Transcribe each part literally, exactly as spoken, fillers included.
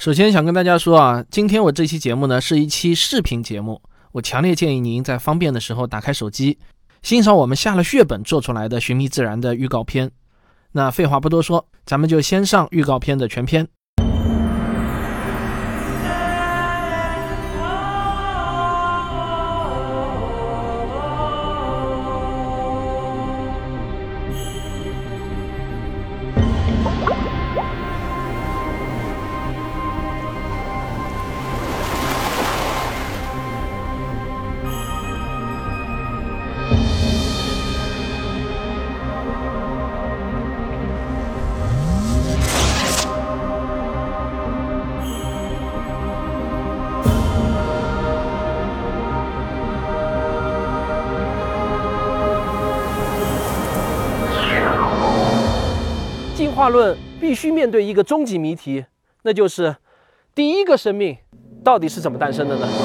首先想跟大家说啊，今天我这期节目呢是一期视频节目，我强烈建议您在方便的时候打开手机，欣赏我们下了血本做出来的《寻觅自然》的预告片。那废话不多说，咱们就先上预告片的全片。进化论必须面对一个终极谜题，那就是第一个生命到底是怎么诞生的呢？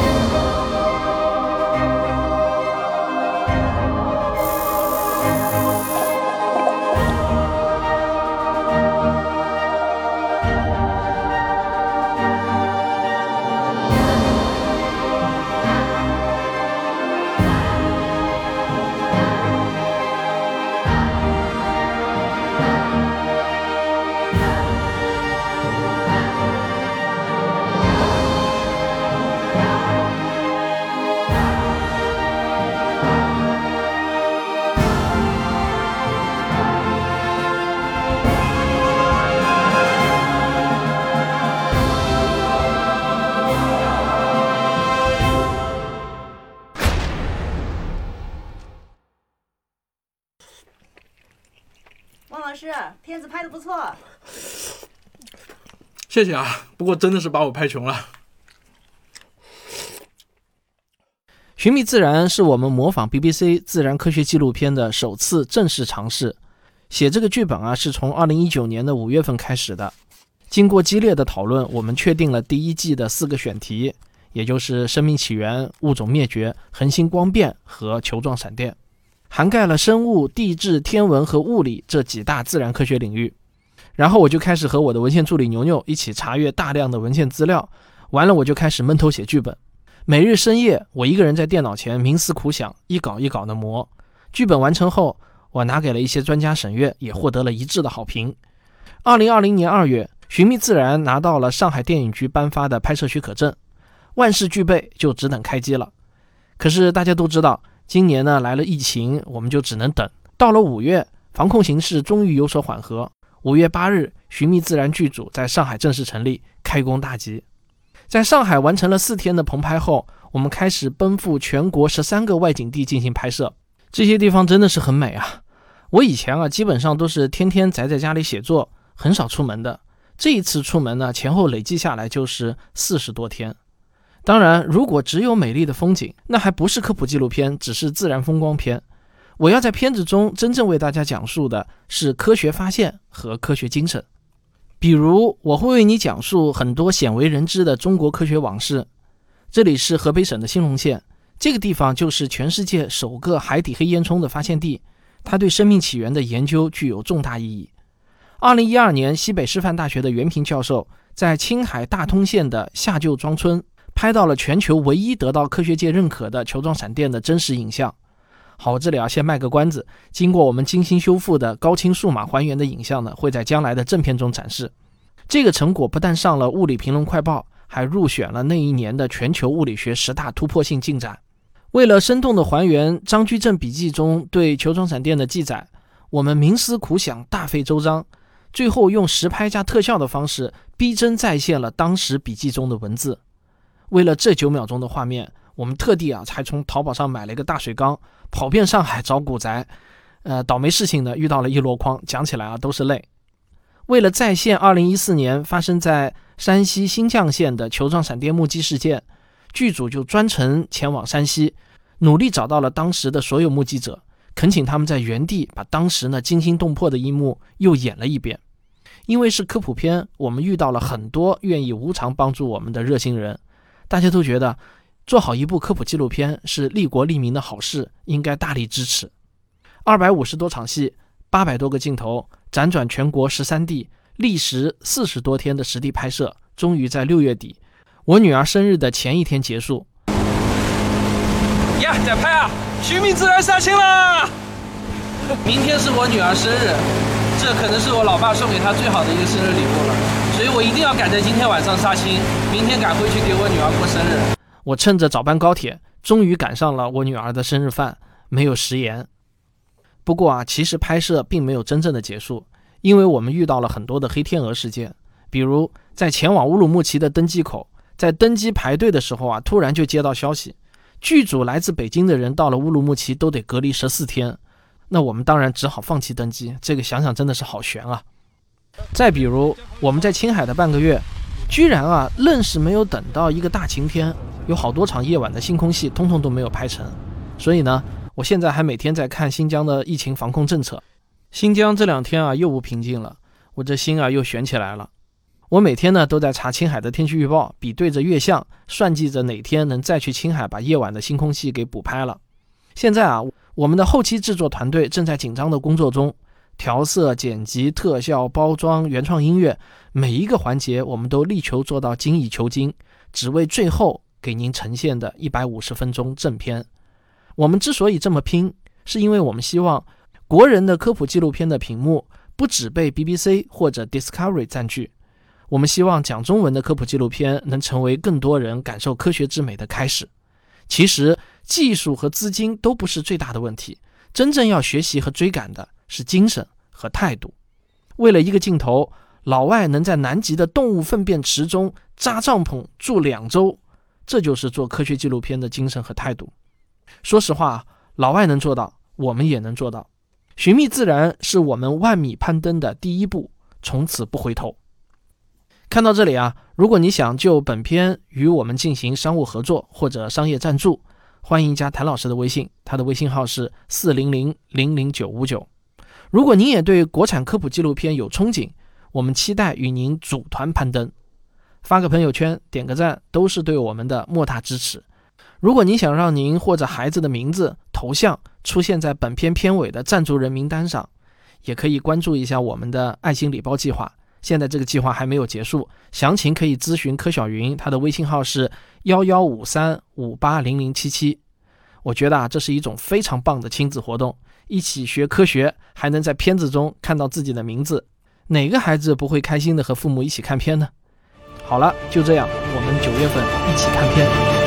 汪老师，片子拍得不错。 谢谢啊，不过真的是把我拍穷了。 寻觅自然是我们模仿 B B C 自然科学纪录片的首次正式尝试。写这个剧本啊，是从二零一九年的五月份开始的。经过激烈的讨论，我们确定了第一季的四个选题，也就是生命起源、物种灭绝、恒星光变和球状闪电，涵盖了生物、地质、天文和物理这几大自然科学领域。然后我就开始和我的文献助理牛牛一起查阅大量的文献资料，完了我就开始闷头写剧本。每日深夜，我一个人在电脑前冥思苦想，一稿一稿的磨。剧本完成后，我拿给了一些专家审阅，也获得了一致的好评。二零二零年二月，寻觅自然拿到了上海电影局颁发的拍摄许可证，万事俱备，就只等开机了。可是大家都知道，今年呢来了疫情，我们就只能等。到了五月，防控形势终于有所缓和。五月八日，寻觅自然剧组在上海正式成立，开工大吉。在上海完成了四天的棚拍后，我们开始奔赴全国十三个外景地进行拍摄。这些地方真的是很美啊！我以前啊基本上都是天天宅在家里写作，很少出门的。这一次出门呢，前后累计下来就是四十多天。当然，如果只有美丽的风景，那还不是科普纪录片，只是自然风光片。我要在片子中真正为大家讲述的是科学发现和科学精神。比如，我会为你讲述很多鲜为人知的中国科学往事。这里是河北省的兴隆县，这个地方就是全世界首个海底黑烟囱的发现地，它对生命起源的研究具有重大意义。二零一二年，西北师范大学的袁平教授在青海大通县的下旧庄村拍到了全球唯一得到科学界认可的球状闪电的真实影像。好，我这里要先卖个关子，经过我们精心修复的高清数码还原的影像呢，会在将来的正片中展示。这个成果不但上了《物理评论快报》，还入选了那一年的全球物理学十大突破性进展。为了生动地还原张居正笔记中对球状闪电的记载，我们冥思苦想，大费周章，最后用实拍加特效的方式逼真再现了当时笔记中的文字。为了这九秒钟的画面，我们特地啊才从淘宝上买了一个大水缸，跑遍上海找古宅。呃，倒霉事情呢遇到了一箩筐，讲起来啊都是泪。为了再现二零一四年发生在山西新绛县的球状闪电目击事件，剧组就专程前往山西，努力找到了当时的所有目击者，恳请他们在原地把当时呢惊心动魄的一幕又演了一遍。因为是科普片，我们遇到了很多愿意无偿帮助我们的热心人，大家都觉得做好一部科普纪录片是利国利民的好事，应该大力支持。二百五十多场戏，八百多个镜头，辗转全国十三地，历时四十多天的实地拍摄， 终于在六月底，我女儿生日的前一天结束。 呀，仔拍啊，寻觅自然杀青啦！明天是我女儿生日，这可能是我老爸送给她最好的一个生日礼物了，所以我一定要赶在今天晚上杀青，明天赶回去给我女儿过生日。 我趁着早班高铁，终于赶上了我女儿的生日饭，没有食言。不过啊，其实拍摄并没有真正的结束，因为我们遇到了很多的黑天鹅事件，比如在前往乌鲁木齐的登机口，在登机排队的时候啊，突然就接到消息，剧组来自北京的人到了乌鲁木齐都得隔离十四天，那我们当然只好放弃登机，这个想想真的是好悬啊。再比如我们在青海的半个月，居然啊愣是没有等到一个大晴天，有好多场夜晚的星空戏通通都没有拍成。所以呢，我现在还每天在看新疆的疫情防控政策。新疆这两天啊又不平静了，我这心啊又悬起来了。我每天呢都在查青海的天气预报，比对着月相，算计着哪天能再去青海把夜晚的星空戏给补拍了。现在啊，我们的后期制作团队正在紧张的工作中，调色、剪辑、特效、包装、原创音乐，每一个环节我们都力求做到精益求精，只为最后给您呈现的一百五十分钟正片。我们之所以这么拼，是因为我们希望国人的科普纪录片的屏幕不只被 B B C 或者 Discovery 占据，我们希望讲中文的科普纪录片能成为更多人感受科学之美的开始。其实技术和资金都不是最大的问题，真正要学习和追赶的是精神和态度。为了一个镜头，老外能在南极的动物粪便池中扎帐篷住两周，这就是做科学纪录片的精神和态度。说实话，老外能做到，我们也能做到。寻觅自然是我们万米攀登的第一步，从此不回头。看到这里啊，如果你想就本片与我们进行商务合作或者商业赞助，欢迎加谭老师的微信，他的微信号是四零零零零九五九。如果您也对国产科普纪录片有憧憬，我们期待与您组团攀登。发个朋友圈，点个赞，都是对我们的莫大支持。如果您想让您或者孩子的名字、头像出现在本片片尾的赞助人名单上，也可以关注一下我们的爱心礼包计划。现在这个计划还没有结束，详情可以咨询柯小云，他的微信号是一一五三五八零零七七。我觉得啊，这是一种非常棒的亲子活动，一起学科学，还能在片子中看到自己的名字，哪个孩子不会开心的和父母一起看片呢？好了，就这样，我们九月份一起看片。